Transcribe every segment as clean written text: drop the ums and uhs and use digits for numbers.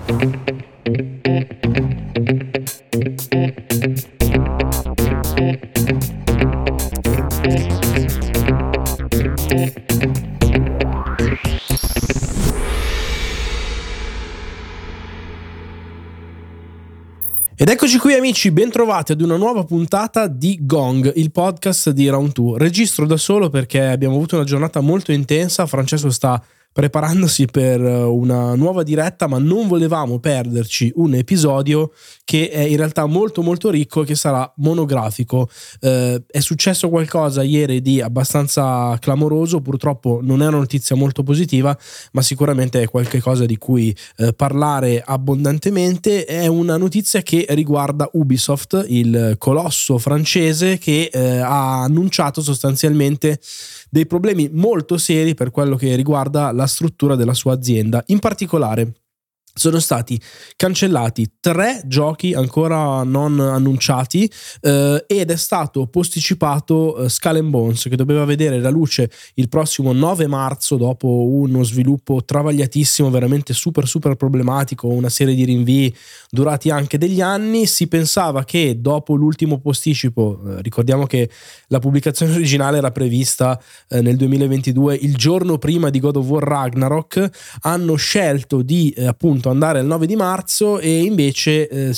Ed eccoci qui amici, bentrovati ad una nuova puntata di Gong, il podcast di Round 2. Registro da solo perché abbiamo avuto una giornata molto intensa. Francesco sta preparandosi per una nuova diretta, ma non volevamo perderci un episodio che è in realtà molto molto ricco e che sarà monografico. È successo qualcosa ieri di abbastanza clamoroso, purtroppo non è una notizia molto positiva, ma sicuramente è qualcosa di cui parlare abbondantemente. È una notizia che riguarda Ubisoft, il colosso francese che ha annunciato sostanzialmente dei problemi molto seri per quello che riguarda la struttura della sua azienda. In particolare sono stati cancellati 3 giochi ancora non annunciati ed è stato posticipato Skull and Bones, che doveva vedere la luce il prossimo 9 marzo dopo uno sviluppo travagliatissimo, veramente super problematico, una serie di rinvii durati anche degli anni. Si pensava che dopo l'ultimo posticipo, ricordiamo che la pubblicazione originale era prevista nel 2022, il giorno prima di God of War Ragnarok, hanno scelto di appunto andare al 9 di marzo e invece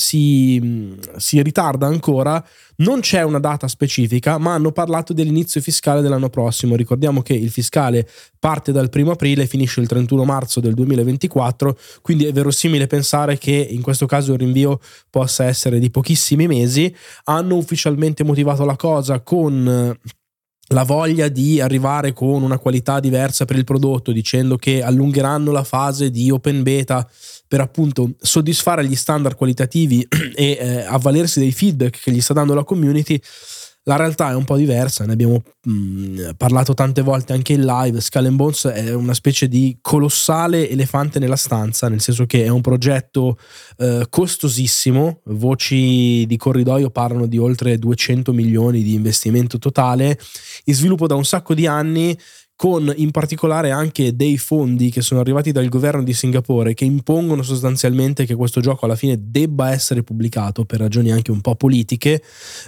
si ritarda ancora. Non c'è una data specifica, ma hanno parlato dell'inizio fiscale dell'anno prossimo. Ricordiamo che il fiscale parte dal 1 aprile e finisce il 31 marzo del 2024, quindi è verosimile pensare che in questo caso il rinvio possa essere di pochissimi mesi. Hanno ufficialmente motivato la cosa con la voglia di arrivare con una qualità diversa per il prodotto, dicendo che allungheranno la fase di open beta per appunto soddisfare gli standard qualitativi e avvalersi dei feedback che gli sta dando la community. La realtà è un po' diversa, ne abbiamo parlato tante volte anche in live. Skull and Bones è una specie di colossale elefante nella stanza, nel senso che è un progetto costosissimo. Voci di corridoio parlano di oltre 200 milioni di investimento totale, in sviluppo da un sacco di anni, con in particolare anche dei fondi che sono arrivati dal governo di Singapore, che impongono sostanzialmente che questo gioco alla fine debba essere pubblicato per ragioni anche un po' politiche,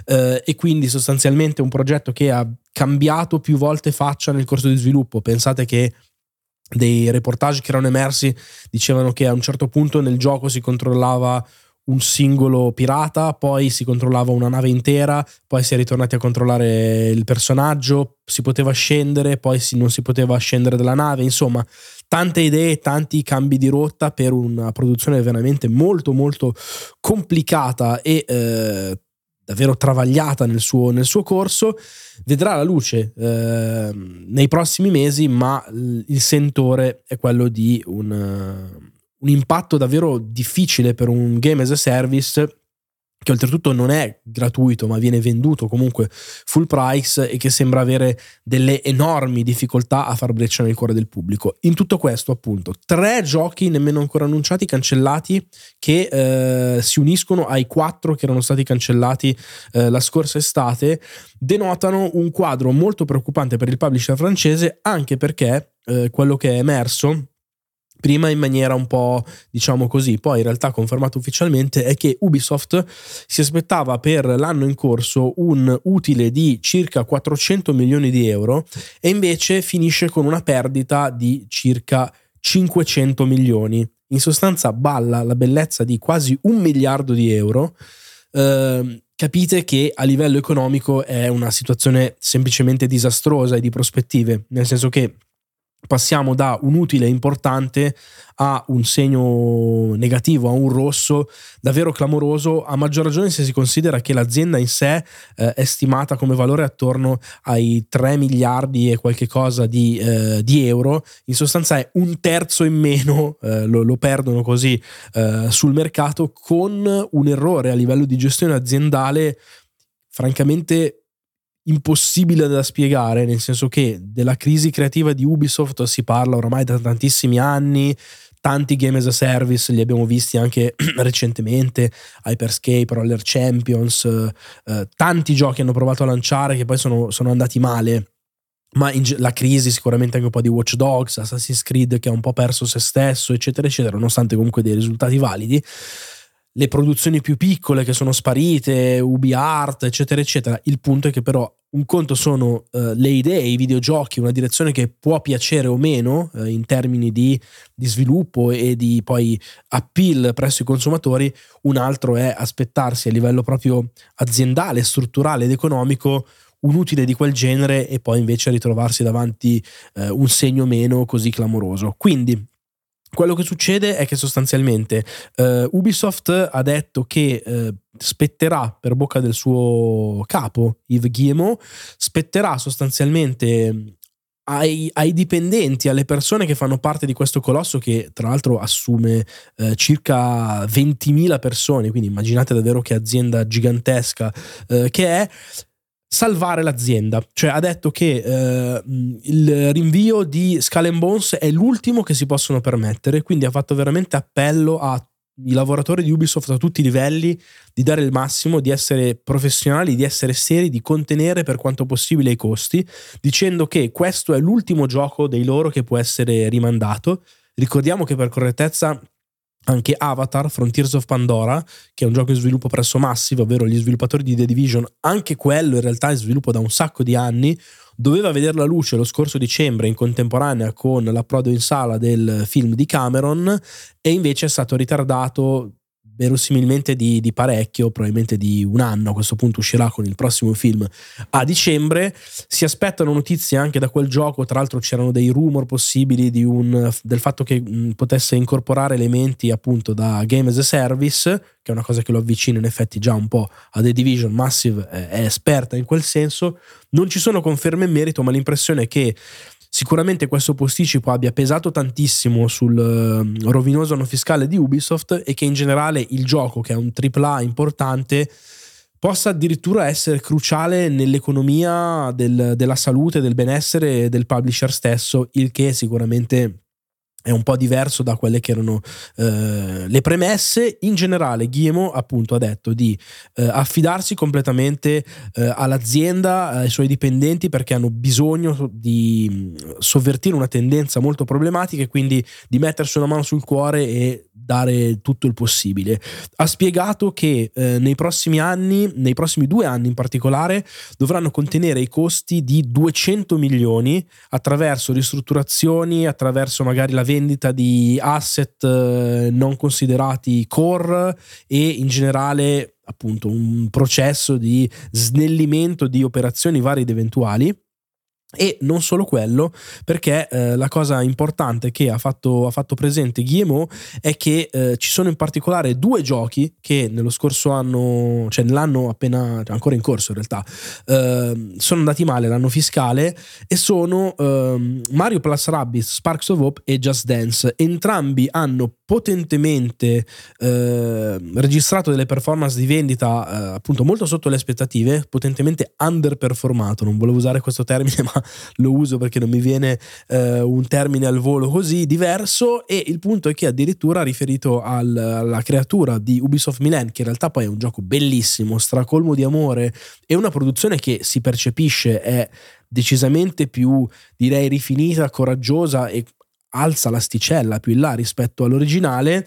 e quindi sostanzialmente un progetto che ha cambiato più volte faccia nel corso di sviluppo. Pensate che dei reportage che erano emersi dicevano che a un certo punto nel gioco si controllava un singolo pirata, poi si controllava una nave intera, poi si è ritornati a controllare il personaggio, si poteva scendere, poi non si poteva scendere dalla nave. Insomma, tante idee, tanti cambi di rotta per una produzione veramente molto molto complicata e davvero travagliata nel suo corso. Vedrà la luce nei prossimi mesi, ma il sentore è quello di un impatto davvero difficile per un game as a service che oltretutto non è gratuito ma viene venduto comunque full price e che sembra avere delle enormi difficoltà a far breccia nel cuore del pubblico. In tutto questo appunto 3 giochi nemmeno ancora annunciati, cancellati, che si uniscono ai 4 che erano stati cancellati la scorsa estate, denotano un quadro molto preoccupante per il publisher francese, anche perché quello che è emerso prima in maniera un po', diciamo così, poi in realtà confermato ufficialmente, è che Ubisoft si aspettava per l'anno in corso un utile di circa 400 milioni di euro e invece finisce con una perdita di circa 500 milioni. In sostanza balla la bellezza di quasi 1 miliardo di euro. Capite che a livello economico è una situazione semplicemente disastrosa e di prospettive, nel senso che passiamo da un utile importante a un segno negativo, a un rosso davvero clamoroso, a maggior ragione se si considera che l'azienda in sé è stimata come valore attorno ai 3 miliardi e qualche cosa di euro. In sostanza è un terzo in meno, lo perdono così sul mercato, con un errore a livello di gestione aziendale francamente impossibile da spiegare, nel senso che della crisi creativa di Ubisoft si parla oramai da tantissimi anni. Tanti game as a service li abbiamo visti anche recentemente, Hyperscape, Roller Champions, tanti giochi hanno provato a lanciare che poi sono andati male. ma la crisi sicuramente anche un po' di Watch Dogs, Assassin's Creed che ha un po' perso se stesso, eccetera eccetera, nonostante comunque dei risultati validi, le produzioni più piccole che sono sparite, UbiArt, eccetera eccetera. Il punto è che però un conto sono le idee, i videogiochi, una direzione che può piacere o meno in termini di sviluppo e di poi appeal presso i consumatori, un altro è aspettarsi a livello proprio aziendale, strutturale ed economico un utile di quel genere e poi invece ritrovarsi davanti un segno meno così clamoroso. Quindi quello che succede è che sostanzialmente Ubisoft ha detto che spetterà, per bocca del suo capo Yves Guillemot, spetterà sostanzialmente ai dipendenti, alle persone che fanno parte di questo colosso, che tra l'altro assume circa 20.000 persone, quindi immaginate davvero che azienda gigantesca che è, salvare l'azienda. Cioè ha detto che il rinvio di Skull and Bones è l'ultimo che si possono permettere, quindi ha fatto veramente appello ai lavoratori di Ubisoft a tutti i livelli di dare il massimo, di essere professionali, di essere seri, di contenere per quanto possibile i costi, dicendo che questo è l'ultimo gioco dei loro che può essere rimandato. Ricordiamo che, per correttezza, anche Avatar, Frontiers of Pandora, che è un gioco in sviluppo presso Massive, ovvero gli sviluppatori di The Division, anche quello in realtà è in sviluppo da un sacco di anni, doveva vedere la luce lo scorso dicembre in contemporanea con l'approdo in sala del film di Cameron, e invece è stato ritardato verosimilmente di parecchio, probabilmente di un anno. A questo punto uscirà con il prossimo film a dicembre. Si aspettano notizie anche da quel gioco, tra l'altro c'erano dei rumor possibili del fatto che potesse incorporare elementi appunto da Game as a Service, che è una cosa che lo avvicina in effetti già un po' a The Division. Massive è esperta in quel senso. Non ci sono conferme in merito, ma l'impressione è che sicuramente questo posticipo abbia pesato tantissimo sul rovinoso anno fiscale di Ubisoft, e che in generale il gioco, che è un AAA importante, possa addirittura essere cruciale nell'economia della salute, del benessere del publisher stesso, il che sicuramente è un po' diverso da quelle che erano le premesse. In generale Guillemot appunto ha detto di affidarsi completamente all'azienda, ai suoi dipendenti, perché hanno bisogno di sovvertire una tendenza molto problematica e quindi di mettersi una mano sul cuore e dare tutto il possibile. Ha spiegato che nei prossimi 2 anni in particolare, dovranno contenere i costi di 200 milioni attraverso ristrutturazioni, attraverso magari la vendita di asset non considerati core e in generale appunto un processo di snellimento di operazioni varie ed eventuali. E non solo quello, perché la cosa importante che ha fatto presente Guillemot è che ci sono in particolare 2 giochi che nello scorso anno, cioè nell'anno appena ancora in corso in realtà, sono andati male l'anno fiscale, e sono Mario Plus Rabbids Sparks of Hope e Just Dance. Entrambi hanno potentemente registrato delle performance di vendita appunto molto sotto le aspettative, potentemente underperformato. Non volevo usare questo termine, ma lo uso perché non mi viene un termine al volo così diverso. E il punto è che addirittura riferito alla creatura di Ubisoft Milan, che in realtà poi è un gioco bellissimo, stracolmo di amore, e una produzione che si percepisce è decisamente più, direi, rifinita, coraggiosa e alza l'asticella più in là rispetto all'originale,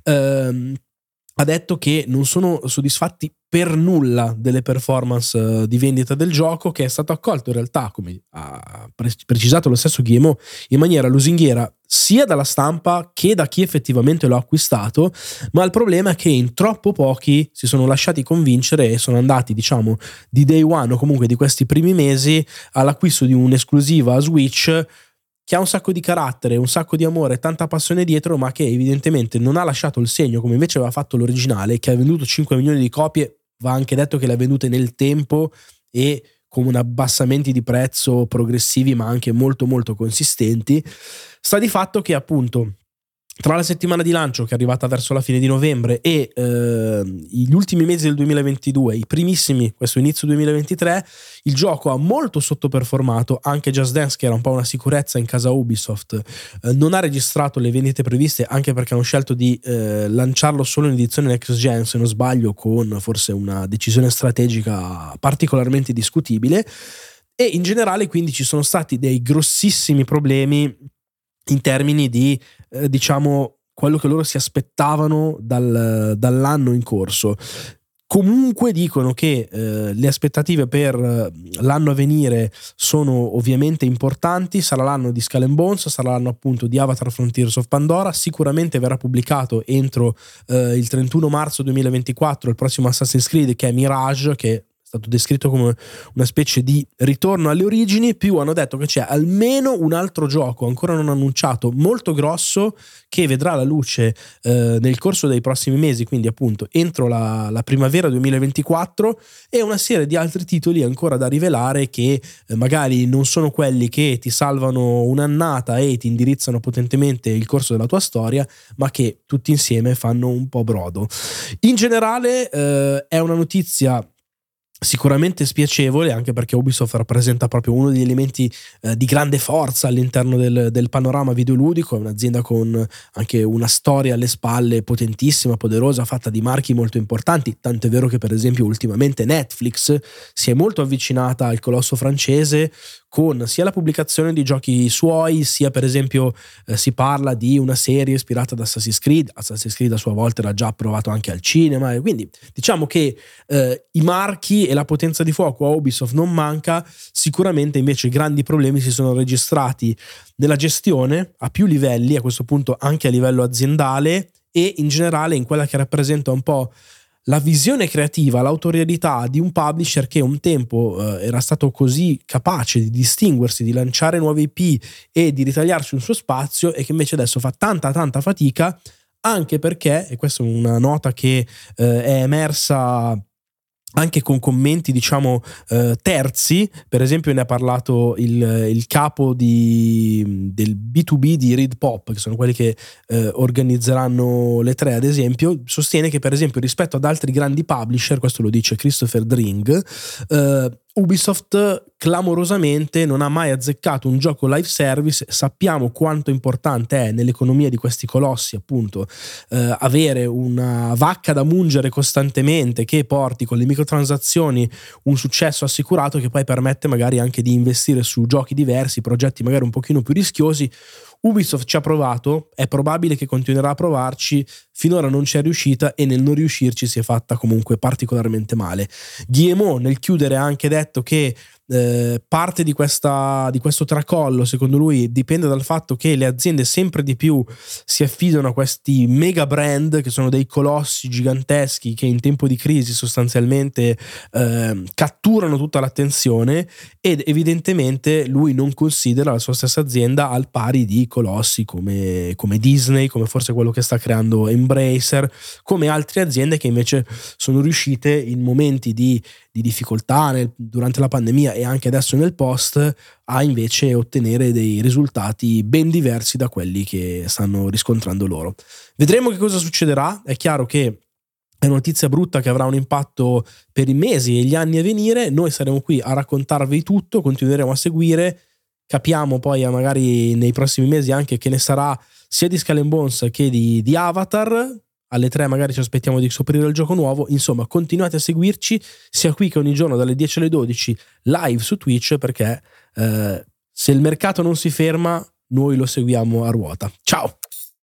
ha detto che non sono soddisfatti per nulla delle performance di vendita del gioco, che è stato accolto in realtà, come ha precisato lo stesso Guillemot, in maniera lusinghiera sia dalla stampa che da chi effettivamente l'ha acquistato. Ma il problema è che in troppo pochi si sono lasciati convincere e sono andati, diciamo, di day one o comunque di questi primi mesi all'acquisto di un'esclusiva a Switch che ha un sacco di carattere, un sacco di amore, tanta passione dietro, ma che evidentemente non ha lasciato il segno come invece aveva fatto l'originale, che ha venduto 5 milioni di copie. Va anche detto che le ha vendute nel tempo e con un abbassamenti di prezzo progressivi, ma anche molto molto consistenti. Sta di fatto che appunto tra la settimana di lancio, che è arrivata verso la fine di novembre, e gli ultimi mesi del 2022, i primissimi, questo inizio 2023, il gioco ha molto sottoperformato. Anche Just Dance, che era un po' una sicurezza in casa Ubisoft, non ha registrato le vendite previste, anche perché hanno scelto di lanciarlo solo in edizione next gen, se non sbaglio, con forse una decisione strategica particolarmente discutibile. e in generale quindi ci sono stati dei grossissimi problemi in termini di diciamo quello che loro si aspettavano dall'anno in corso. Comunque dicono che le aspettative per l'anno a venire sono ovviamente importanti. Sarà l'anno di Skull and Bones, sarà l'anno appunto di Avatar Frontiers of Pandora. Sicuramente verrà pubblicato entro il 31 marzo 2024 il prossimo Assassin's Creed, che è Mirage, che è stato descritto come una specie di ritorno alle origini. Più hanno detto che c'è almeno un altro gioco ancora non annunciato molto grosso che vedrà la luce nel corso dei prossimi mesi, quindi appunto entro la primavera 2024, e una serie di altri titoli ancora da rivelare che magari non sono quelli che ti salvano un'annata e ti indirizzano potentemente il corso della tua storia, ma che tutti insieme fanno un po' brodo. In generale è una notizia sicuramente spiacevole, anche perché Ubisoft rappresenta proprio uno degli elementi di grande forza all'interno del panorama videoludico. È un'azienda con anche una storia alle spalle potentissima, poderosa, fatta di marchi molto importanti, tanto è vero che per esempio ultimamente Netflix si è molto avvicinata al colosso francese con sia la pubblicazione di giochi suoi, sia per esempio si parla di una serie ispirata ad Assassin's Creed a sua volta era già approvato anche al cinema, e quindi diciamo che i marchi e la potenza di fuoco a Ubisoft non manca. Sicuramente invece grandi problemi si sono registrati nella gestione a più livelli, a questo punto anche a livello aziendale, e in generale in quella che rappresenta un po' la visione creativa, l'autorialità di un publisher che un tempo era stato così capace di distinguersi, di lanciare nuove IP e di ritagliarsi un suo spazio, e che invece adesso fa tanta fatica, anche perché, e questa è una nota che è emersa anche con commenti diciamo terzi. Per esempio ne ha parlato il capo del B2B di Reed Pop, che sono quelli che organizzeranno le 3 ad esempio. Sostiene che per esempio rispetto ad altri grandi publisher, questo lo dice Christopher Dring, Ubisoft clamorosamente non ha mai azzeccato un gioco live service. Sappiamo quanto importante è nell'economia di questi colossi appunto avere una vacca da mungere costantemente che porti con le microtransazioni un successo assicurato, che poi permette magari anche di investire su giochi diversi, progetti magari un pochino più rischiosi. Ubisoft ci ha provato, è probabile che continuerà a provarci, finora non ci è riuscita e nel non riuscirci si è fatta comunque particolarmente male. Guillemot nel chiudere ha anche detto che parte di questo tracollo secondo lui dipende dal fatto che le aziende sempre di più si affidano a questi mega brand che sono dei colossi giganteschi che in tempo di crisi sostanzialmente catturano tutta l'attenzione, ed evidentemente lui non considera la sua stessa azienda al pari di colossi come Disney, come forse quello che sta creando Embracer, come altre aziende che invece sono riuscite in momenti di difficoltà durante la pandemia e anche adesso nel post a invece ottenere dei risultati ben diversi da quelli che stanno riscontrando loro. Vedremo che cosa succederà. È chiaro che è una notizia brutta che avrà un impatto per i mesi e gli anni a venire. Noi saremo qui a raccontarvi tutto, continueremo a seguire, capiamo poi magari nei prossimi mesi anche che ne sarà sia di Skull and Bones che di Avatar. Alle 3 magari ci aspettiamo di scoprire il gioco nuovo. Insomma, continuate a seguirci sia qui che ogni giorno dalle 10 alle 12 live su Twitch, perché se il mercato non si ferma noi lo seguiamo a ruota. Ciao!